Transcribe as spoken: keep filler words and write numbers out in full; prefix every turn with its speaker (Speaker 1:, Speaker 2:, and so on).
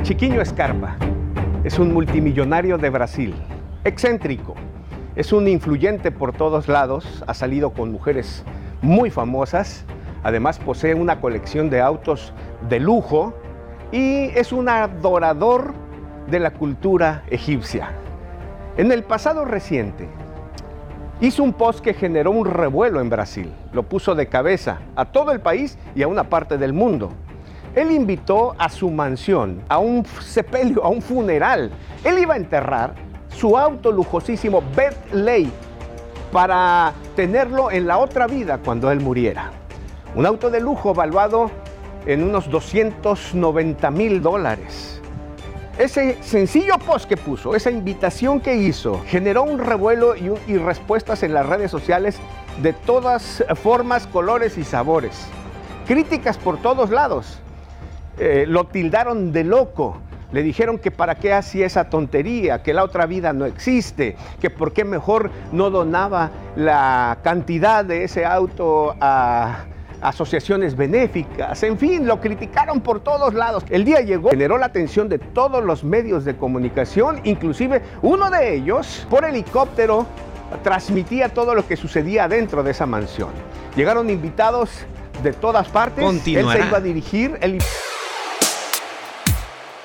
Speaker 1: Chiquinho Scarpa es un multimillonario de Brasil, excéntrico, es un influyente por todos lados, ha salido con mujeres muy famosas, además posee una colección de autos de lujo y es un adorador de la cultura egipcia. En el pasado reciente, hizo un post que generó un revuelo en Brasil, lo puso de cabeza a todo el país y a una parte del mundo. Él invitó a su mansión, a un sepelio, a un funeral. Él iba a enterrar su auto lujosísimo Bentley para tenerlo en la otra vida cuando él muriera. Un auto de lujo valuado en unos doscientos noventa mil dólares. Ese sencillo post que puso, esa invitación que hizo, generó un revuelo y, un, y respuestas en las redes sociales de todas formas, colores y sabores. Críticas por todos lados. Eh, lo tildaron de loco, le dijeron que para qué hacía esa tontería, que la otra vida no existe, que por qué mejor no donaba la cantidad de ese auto a asociaciones benéficas. En fin, lo criticaron por todos lados. El día llegó, generó la atención de todos los medios de comunicación, inclusive uno de ellos por helicóptero transmitía todo lo que sucedía dentro de esa mansión. Llegaron invitados de todas partes.
Speaker 2: Continuará.
Speaker 1: Él se iba a dirigir. Él...